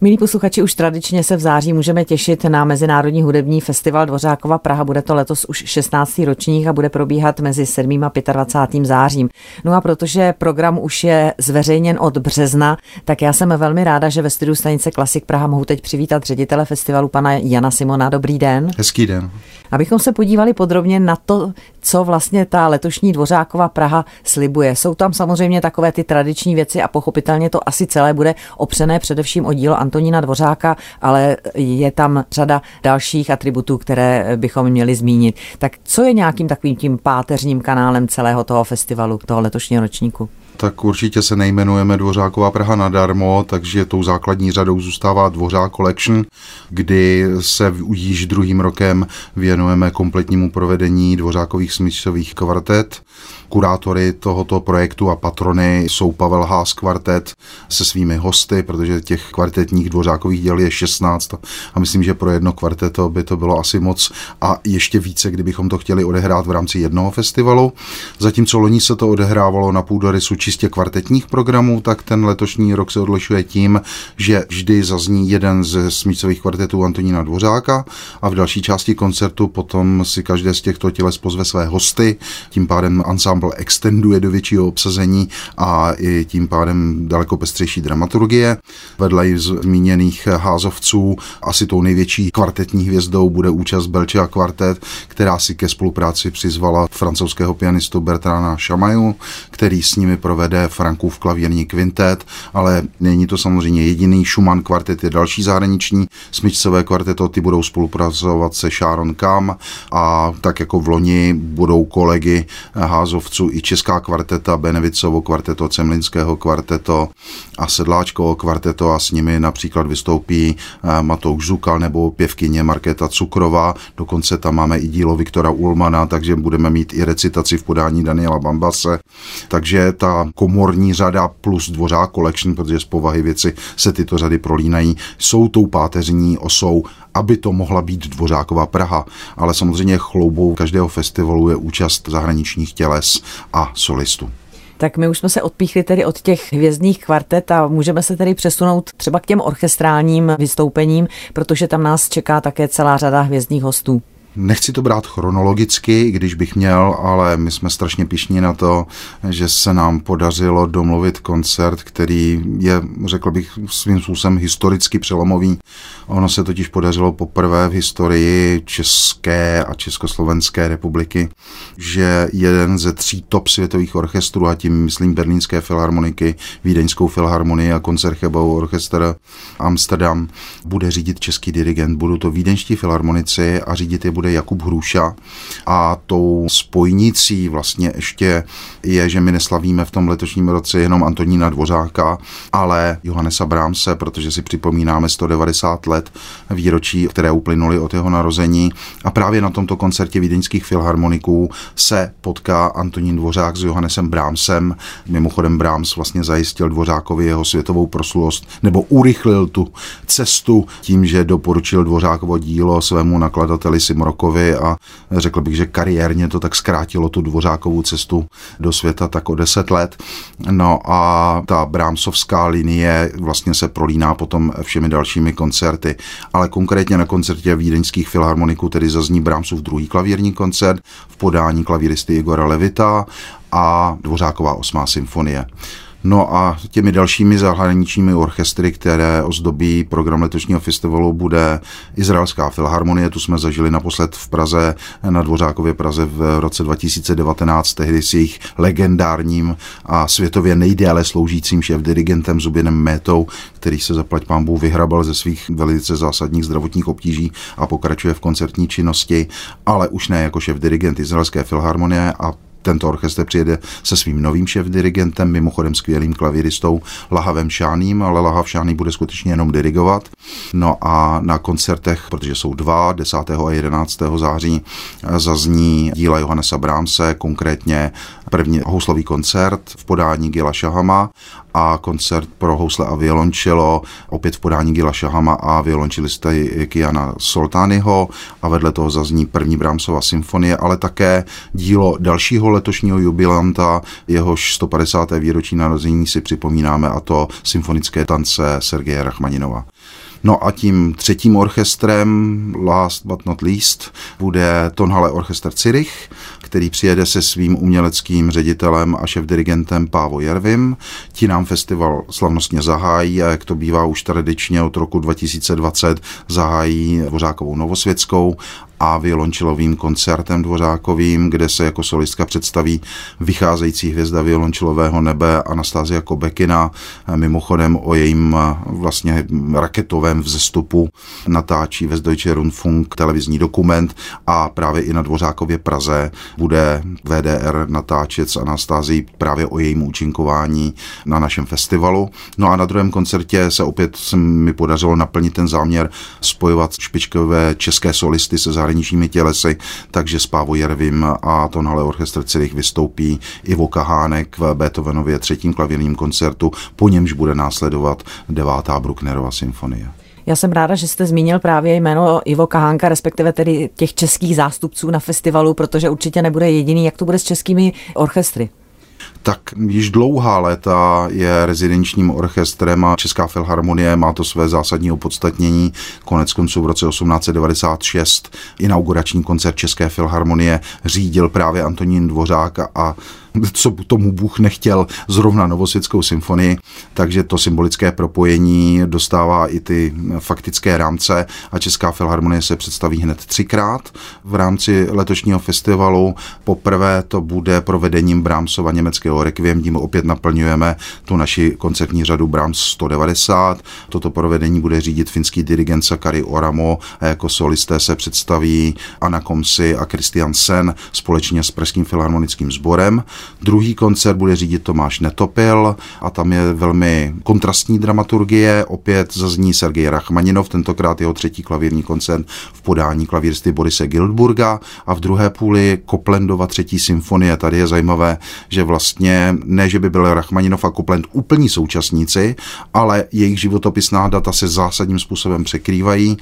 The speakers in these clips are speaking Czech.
Milí posluchači, už tradičně se v září můžeme těšit na Mezinárodní hudební festival Dvořákova Praha. Bude to letos už 16. ročník a bude probíhat mezi 7. a 25. zářím. No a protože program už je zveřejněn od března, tak já jsem velmi ráda, že ve studiu stanice Klasik Praha mohu teď přivítat ředitele festivalu pana Jana Simona. Dobrý den. Hezký den. Abychom se podívali podrobně na to, co vlastně ta letošní Dvořákova Praha slibuje. Jsou tam samozřejmě takové ty tradiční věci a pochopitelně to asi celé bude opřené především o dílo Antonína Dvořáka, ale je tam řada dalších atributů, které bychom měli zmínit. Tak co je nějakým takovým tím páteřním kanálem celého toho festivalu, toho letošního ročníku? Tak určitě se nejmenujeme Dvořákova Praha nadarmo, takže tou základní řadou zůstává Dvořák Collection, kdy se již druhým rokem věnujeme kompletnímu provedení Dvořákových smyčcových kvartet. Kurátory tohoto projektu a patrony jsou Pavel Haas kvartet se svými hosty, protože těch kvartetních Dvořákových děl je 16 a myslím, že pro jedno kvarteto by to bylo asi moc a ještě více, kdybychom to chtěli odehrát v rámci jednoho festivalu. Zatímco loni se to odehrávalo na půdorysu čistě kvartetních programů, tak ten letošní rok se odlišuje tím, že vždy zazní jeden ze smyčcových kvartetů Antonína Dvořáka a v další části koncertu potom si každé z těchto těles pozve své hosty, tím pádem ensemble extenduje do většího obsazení a i tím pádem daleko pestřejší dramaturgie. Vedle zmíněných házovců asi tou největší kvartetní hvězdou bude účast Belčea kvartet, která si ke spolupráci přizvala francouzského pianistu Bertrana Chamaju, který s nimi provede Frankův klavírní kvintet, ale není to samozřejmě jediný. Schumann kvartet je další zahraniční smyčcové kvarteto, ty budou spolupracovat se Sharon Kam a tak jako v loni budou kolegy házovců i česká kvarteta, Benevicovo kvarteto, Cemlinského kvarteto a Sedláčkovo kvarteto a s nimi například vystoupí Matouš Zukal nebo pěvkyně Markéta Cukrová, dokonce tam máme i dílo Viktora Ullmana, takže budeme mít i recitaci v podání Daniela Bambase, takže ta komorní řada plus Dvořák Collection, protože z povahy věci se tyto řady prolínají, jsou tou páteřní osou, aby to mohla být Dvořákova Praha, ale samozřejmě chloubou každého festivalu je účast zahraničních těles a solistů. Tak my už jsme se odpíchli tedy od těch hvězdných kvartet a můžeme se tedy přesunout třeba k těm orchestrálním vystoupením, protože tam nás čeká také celá řada hvězdných hostů. Nechci to brát chronologicky, když bych měl, ale my jsme strašně pyšní na to, že se nám podařilo domluvit koncert, který je, řekl bych, svým způsobem historicky přelomový. Ono se totiž podařilo poprvé v historii České a Československé republiky, že jeden ze 3 top světových orchestrů, a tím myslím Berlínské filharmoniky, Vídeňskou filharmonii a Concertgebouw Orchester Amsterdam, bude řídit český dirigent. Budou to vídeňští filharmonici a řídit je bude Jakub Hruša a tou spojnicí vlastně ještě je, že my neslavíme v tom letošním roce jenom Antonína Dvořáka, ale Johannesa Brahmse, protože si připomínáme 190 let výročí, které uplynuly od jeho narození a právě na tomto koncertě vídeňských filharmoniků se potká Antonín Dvořák s Johannesem Brahmsem. Mimochodem Brahms vlastně zajistil Dvořákovi jeho světovou proslulost nebo urychlil tu cestu tím, že doporučil Dvořákovo dílo svému nakladateli Simrokovi a řekl bych, že kariérně to tak zkrátilo tu Dvořákovu cestu do světa tak o 10 let. No a ta Brahmsovská linie vlastně se prolíná potom všemi dalšími koncerty, ale konkrétně na koncertě vídeňských filharmoniků tedy zazní Brahmsův 2. klavírní koncert v podání klavíristy Igora Levita a Dvořákova 8. symfonie. No a těmi dalšími zahraničními orchestry, které ozdobí program letošního festivalu, bude Izraelská filharmonie, tu jsme zažili naposled v Praze, na Dvořákově Praze v roce 2019, tehdy s jejich legendárním a světově nejdéle sloužícím šéfdirigentem Zubinem Métou, který se zaplať pánbůh vyhrabal ze svých velice zásadních zdravotních obtíží a pokračuje v koncertní činnosti, ale už ne jako šéfdirigent Izraelské filharmonie a tento orchestr přijede se svým novým šéfdirigentem, mimochodem skvělým klavíristou Lahavem Šáním, ale Lahav Šáný bude skutečně jenom dirigovat. No a na koncertech, protože jsou 2, 10. a 11. září, zazní díla Johannesa Brahmse, konkrétně první houslový koncert v podání Gila Shahama a koncert pro housle a violončelo, opět v podání Gila Shahama a violončelisty Kiana Soltányho, a vedle toho zazní první Brahmsova symfonie, ale také dílo dalšího letošního jubilanta, jehož 150. výročí narození si připomínáme, a to symfonické tance Sergeje Rachmaninova. No a tím třetím orchestrem, last but not least, bude Tonhalle Orchester Zürich, který přijede se svým uměleckým ředitelem a šéfdirigentem Paavo Järvim. Ti nám festival slavnostně zahájí a jak to bývá už tradičně od roku 2020 zahájí Dvořákovou Novosvětskou a violončelovým koncertem Dvořákovým, kde se jako solistka představí vycházející hvězda violončelového nebe Anastasia Kobekina. Mimochodem o jejím vlastně raketovém vzestupu natáčí Westdeutsche Rundfunk televizní dokument a právě i na Dvořákově Praze bude VDR natáčet s Anastasií právě o jejím účinkování na našem festivalu. No a na druhém koncertě se opět mi podařilo naplnit ten záměr spojovat špičkové české solisty se zahraničními tělesy, takže s Paavo Järvim a Tonhalle Orchester Zürich vystoupí Ivo Kahánek v Beethovenově 3. klavírním koncertu, po němž bude následovat 9. Brucknerova symfonie. Já jsem ráda, že jste zmínil právě jméno Ivo Kahánka, respektive tedy těch českých zástupců na festivalu, protože určitě nebude jediný. Jak to bude s českými orchestry? Tak již dlouhá léta je rezidenčním orchestrem a Česká filharmonie má to své zásadní opodstatnění. Koneckonců v roce 1896 inaugurační koncert České filharmonie řídil právě Antonín Dvořák a co tomu Bůh nechtěl, zrovna Novosvětskou symfonii, takže to symbolické propojení dostává i ty faktické rámce a Česká filharmonie se představí hned 3krát v rámci letošního festivalu. Poprvé to bude provedením Brahmsova německého Requiem, tím opět naplňujeme tu naši koncertní řadu Brahms 190. Toto provedení bude řídit finský dirigent Sakari Oramo a jako solisté se představí Anna Komsi a Christian Sen společně s Pražským filharmonickým sborem. Druhý koncert bude řídit Tomáš Netopil a tam je velmi kontrastní dramaturgie. Opět zazní Sergej Rachmaninov, tentokrát jeho 3. klavírní koncert v podání klavíristy Borise Giltburga a v druhé půli Coplandova 3. symfonie. Tady je zajímavé, že vlastně ne, že by byl Rachmaninov a Copland úplní současníci, ale jejich životopisná data se zásadním způsobem překrývají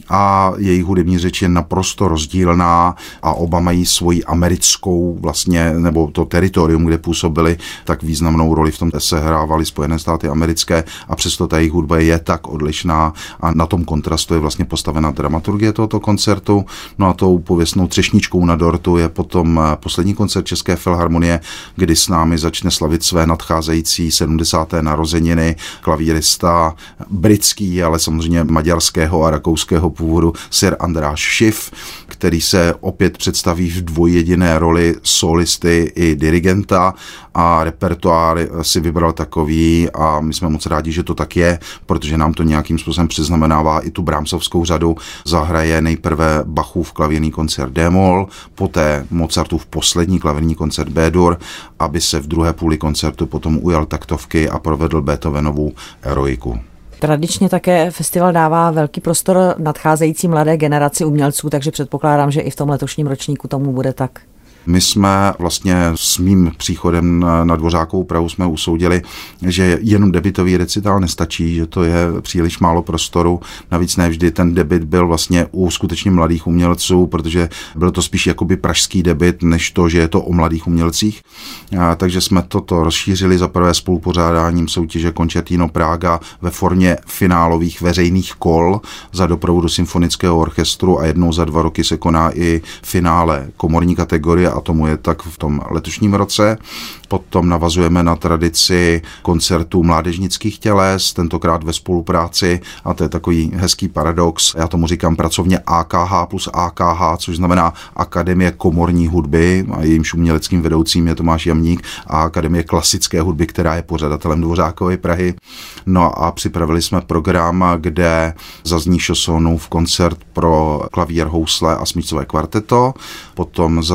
a jejich hudební řeč je naprosto rozdílná a oba mají svoji americkou vlastně, nebo to teritorium, kde působili, tak významnou roli v tom sehrávaly Spojené státy americké a přesto ta jejich hudba je tak odlišná a na tom kontrastu je vlastně postavena dramaturgie tohoto koncertu. No a tou pověstnou třešničkou na dortu je potom poslední koncert České filharmonie, kdy s námi začne slavit své nadcházející 70. narozeniny klavírista britský, ale samozřejmě maďarského a rakouského původu Sir András Schiff, který se opět představí v dvojjediné roli solisty i dirigenta a repertoár si vybral takový a my jsme moc rádi, že to tak je, protože nám to nějakým způsobem přiznamenává i tu Brahmsovskou řadu. Zahraje nejprve Bachův klavírní koncert D-moll, poté Mozartův poslední klavírní koncert B-dur, aby se v druhé půli koncertu potom ujal taktovky a provedl Beethovenovu Eroiku. Tradičně také festival dává velký prostor nadcházející mladé generaci umělců, takže předpokládám, že i v tom letošním ročníku tomu bude tak. My jsme vlastně s mým příchodem na Dvořákovou Prahu jsme usoudili, že jenom debutový recital nestačí, že to je příliš málo prostoru. Navíc ne vždy ten debut byl vlastně u skutečně mladých umělců, protože byl to spíš jakoby pražský debut, než to, že je to o mladých umělcích. Takže jsme toto rozšířili za prvé spolupořádáním soutěže Concertino Praga ve formě finálových veřejných kol za doprovodu symfonického orchestru a jednou za 2 roky se koná i finále komorní kategorie a tomu je tak v tom letošním roce. Potom navazujeme na tradici koncertů mládežnických těles, tentokrát ve spolupráci, a to je takový hezký paradox. Já tomu říkám pracovně AKH plus AKH, což znamená Akademie komorní hudby, a jejímž uměleckým vedoucím je Tomáš Jamník, a Akademie klasické hudby, která je pořadatelem Dvořákovy Prahy. No a připravili jsme program, kde zazní Chaussonův koncert pro klavír, housle a smyčcové kvarteto, potom zazní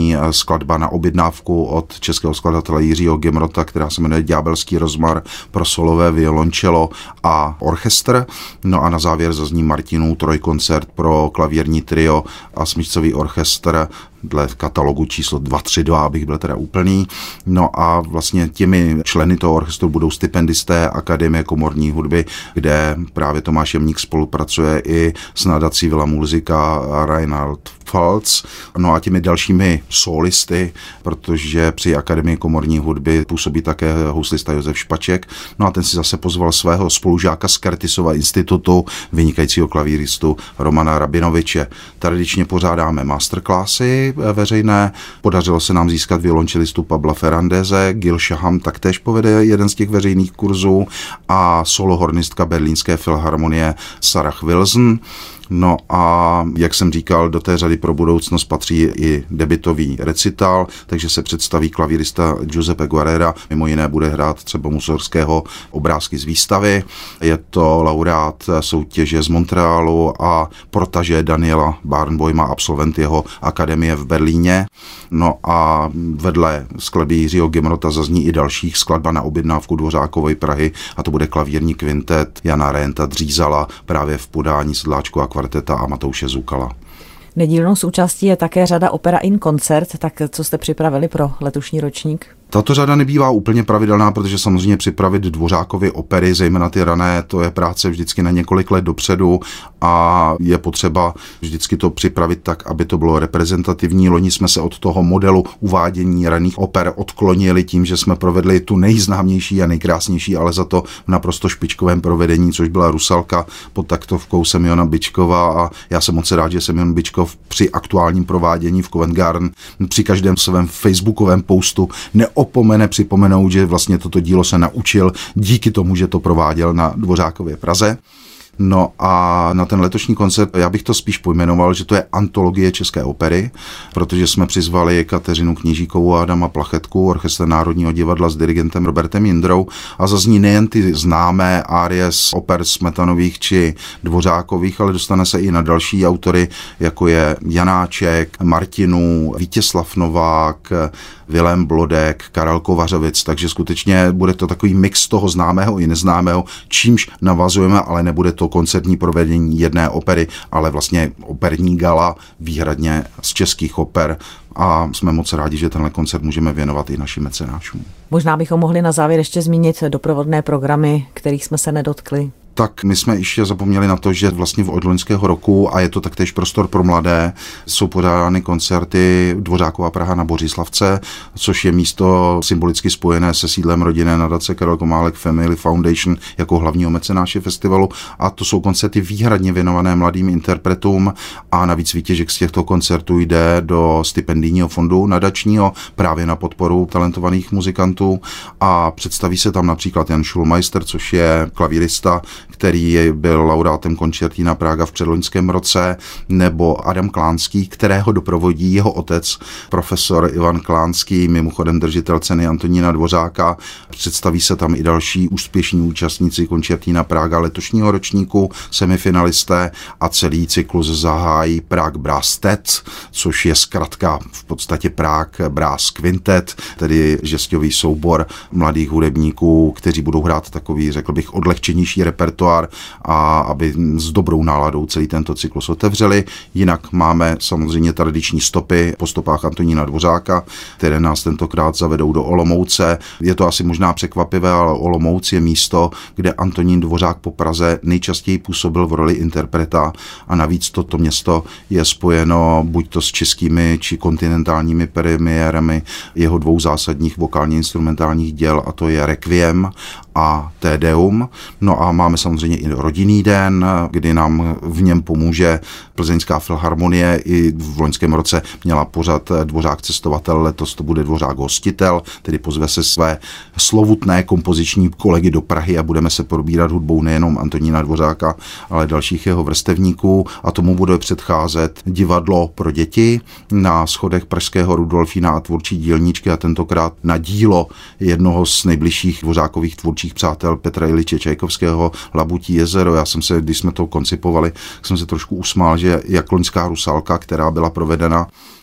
letošní skladba na objednávku od českého skladatele Jiřího Gemrota, která se jmenuje Ďábelský rozmar pro solové violončelo a orchestr. No a na závěr zazní Martinův trojkoncert pro klavírní trio a smyčcový orchestr dle katalogu číslo 232, abych byl teda úplný. No a vlastně těmi členy toho orchestru budou stipendisté Akademie komorní hudby, kde právě Tomáš Jemník spolupracuje i s nadací Villa Musica Reinhard Pfalz. No a těmi dalšími solisty, protože při Akademii komorní hudby působí také houslista Josef Špaček. No a ten si zase pozval svého spolužáka z Curtisova institutu, vynikajícího klavíristu Romana Rabinoviče. Tradičně pořádáme masterclassy veřejné. Podařilo se nám získat violončelistu Pabla Ferrandeze, Gil Shaham taktéž povede jeden z těch veřejných kurzů a solohornistka Berlínské filharmonie Sarah Wilson. No a jak jsem říkal, do té řady pro budoucnost patří i debutový recital, takže se představí klavírista Giuseppe Guerrera, mimo jiné bude hrát třeba Mussorgského Obrázky z výstavy. Je to laureát soutěže z Montrealu a protaže Daniela Barnboima, absolvent jeho akademie v Berlíně. No a vedle skladby Jiřího Gemrota zazní i dalších skladba na objednávku Dvořákovy Prahy a to bude klavírní kvintet Jana Renta Dřízala právě v podání Sedláčku a kvarteta a Matouše Zukala. Nedílnou součástí je také řada Opera in Koncert, tak co jste připravili pro letošní ročník? Tato řada nebývá úplně pravidelná, protože samozřejmě připravit Dvořákovy opery, zejména ty rané, to je práce vždycky na několik let dopředu a je potřeba vždycky to připravit tak, aby to bylo reprezentativní. Loni jsme se od toho modelu uvádění raných oper odklonili tím, že jsme provedli tu nejznámější a nejkrásnější, ale za to v naprosto špičkovém provedení, což byla Rusalka pod taktovkou Semjona Byčkova a já jsem moc rád, že Semjon Byčkov při aktuálním provádění v Covent Garden při každém svém facebookovém postu neopomene připomenout, že vlastně toto dílo se naučil díky tomu, že to prováděl na Dvořákově Praze. No a na ten letošní koncert, já bych to spíš pojmenoval, že to je antologie české opery, protože jsme přizvali Kateřinu Knížíkovou a Adama Plachetku, orchestr Národního divadla s dirigentem Robertem Jindrou a zazní nejen ty známé árie z oper Smetanových či Dvořákových, ale dostane se i na další autory, jako je Janáček, Martinů, Vítězslav Novák, Vilém Blodek, Karel Kovařovic, takže skutečně bude to takový mix toho známého i neznámého, čímž navazujeme, ale nebude to koncertní provedení jedné opery, ale vlastně operní gala výhradně z českých oper a jsme moc rádi, že tenhle koncert můžeme věnovat i našim mecenášům. Možná bychom mohli na závěr ještě zmínit doprovodné programy, kterých jsme se nedotkli. Tak my jsme ještě zapomněli na to, že vlastně od loňského roku, a je to taktéž prostor pro mladé, jsou pořádány koncerty Dvořákova Praha na Bořislavce, což je místo symbolicky spojené se sídlem rodinné nadace Karel Komálek Family Foundation jako hlavního mecenáše festivalu. A to jsou koncerty výhradně věnované mladým interpretům a navíc výtěžek z těchto koncertů jde do stipendijního fondu nadačního právě na podporu talentovaných muzikantů a představí se tam například Jan Schulmeister, což je klavírista, který byl laureátem Concertina Praga v předloňském roce, nebo Adam Klánský, kterého doprovodí jeho otec, profesor Ivan Klánský, mimochodem držitel ceny Antonína Dvořáka. Představí se tam i další úspěšní účastníci Concertina Praga letošního ročníku, semifinalisté a celý cyklus zahájí Prague Brass Tet, což je zkratka v podstatě Prague Brass Quintet, tedy žestový soubor mladých hudebníků, kteří budou hrát takový, řekl bych, odlehčenější repertoár a aby s dobrou náladou celý tento cyklus otevřeli. Jinak máme samozřejmě tradiční stopy po stopách Antonína Dvořáka, které nás tentokrát zavedou do Olomouce. Je to asi možná překvapivé, ale Olomouc je místo, kde Antonín Dvořák po Praze nejčastěji působil v roli interpreta a navíc toto město je spojeno buď to s českými či kontinentálními premiérami jeho dvou zásadních vokálně instrumentálních děl, a to je Requiem a Te Deum. No a máme samozřejmě i rodinný den, kdy nám v něm pomůže Plzeňská filharmonie. I v loňském roce měla pořad Dvořák cestovatel, letos to bude Dvořák hostitel, tedy pozve se své slovutné kompoziční kolegy do Prahy a budeme se probírat hudbou nejenom Antonína Dvořáka, ale dalších jeho vrstevníků a tomu bude předcházet divadlo pro děti na schodech pražského Rudolfína a tvůrčí dílničky a tentokrát na dílo jednoho z nejbližších Dvořákových tvůrčích přátel Petra Iliče Čajkovského, Labutí jezero. Já jsem se, když jsme to koncipovali, jsem se trošku usmál, že jak loňská Rusalka, která byla provedena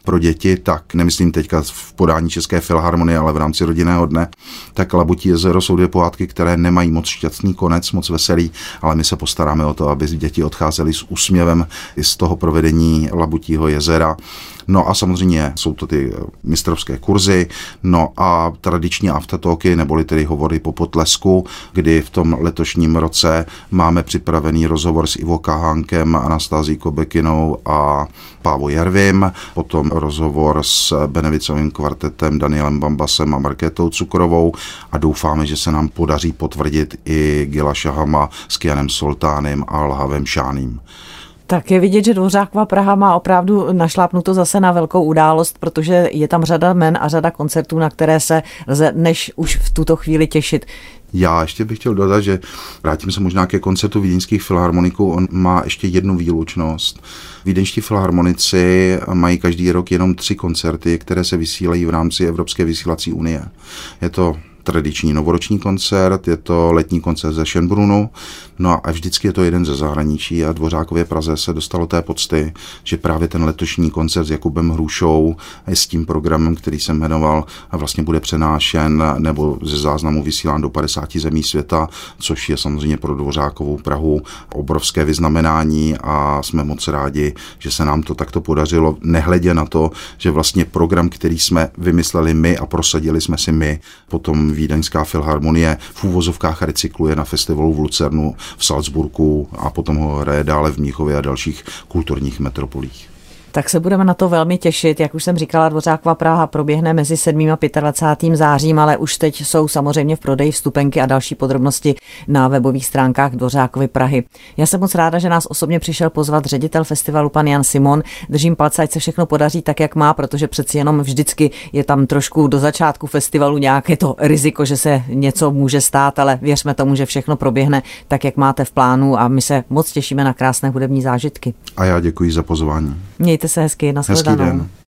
pro děti, tak nemyslím teďka v podání České filharmonie, ale v rámci rodinného dne, tak Labutí jezero jsou 2 pohádky, které nemají moc šťastný konec, moc veselý, ale my se postaráme o to, aby děti odcházely s úsměvem i z toho provedení Labutího jezera. No a samozřejmě jsou to ty mistrovské kurzy, no a tradiční aftertalky, neboli tedy hovory po potlesku, kdy v tom letošním roce máme připravený rozhovor s Ivo Kahánkem, Anastází Kobekinou a Pávo Jervim, potom rozhovor s Benevicovým kvartetem Danielem Bambasem a Markétou Cukrovou a doufáme, že se nám podaří potvrdit i Gila Šahama s Kianem Soltánem a Lhavem Šáným. Tak je vidět, že Dvořákova Praha má opravdu našlápnuto zase na velkou událost, protože je tam řada men a řada koncertů, na které se lze než už v tuto chvíli těšit. Já ještě bych chtěl dodat, že vrátím se možná ke koncertu vídeňských filharmoniků, on má ještě jednu výlučnost. Vídeňští filharmonici mají každý rok jenom 3 koncerty, které se vysílají v rámci Evropské vysílací unie. Je to tradiční novoroční koncert, je to letní koncert ze Schönbrunnu, no a vždycky je to jeden ze zahraničí a Dvořákově Praze se dostalo té pocty, že právě ten letošní koncert s Jakubem Hrušou s tím programem, který jsem jmenoval, vlastně bude přenášen nebo ze záznamu vysílán do 50 zemí světa, což je samozřejmě pro Dvořákovou Prahu obrovské vyznamenání a jsme moc rádi, že se nám to takto podařilo, nehledě na to, že vlastně program, který jsme vymysleli my a prosadili jsme si my, potom Vídeňská filharmonie v úvozovkách recykluje na festivalu v Lucernu, v Salzburgu a potom ho hraje dále v Mnichově a dalších kulturních metropolích. Tak se budeme na to velmi těšit. Jak už jsem říkala, Dvořákova Praha proběhne mezi 7. a 25. zářím, ale už teď jsou samozřejmě v prodeji vstupenky a další podrobnosti na webových stránkách Dvořákovy Prahy. Já jsem moc ráda, že nás osobně přišel pozvat ředitel festivalu pan Jan Simon. Držím palce, ať se všechno podaří tak, jak má, protože přeci jenom vždycky je tam trošku do začátku festivalu nějaké to riziko, že se něco může stát, ale věřme tomu, že všechno proběhne tak, jak máte v plánu a my se moc těšíme na krásné hudební zážitky. A já děkuji za pozvání. Mějte se hezky, nashledanou. Hezký den.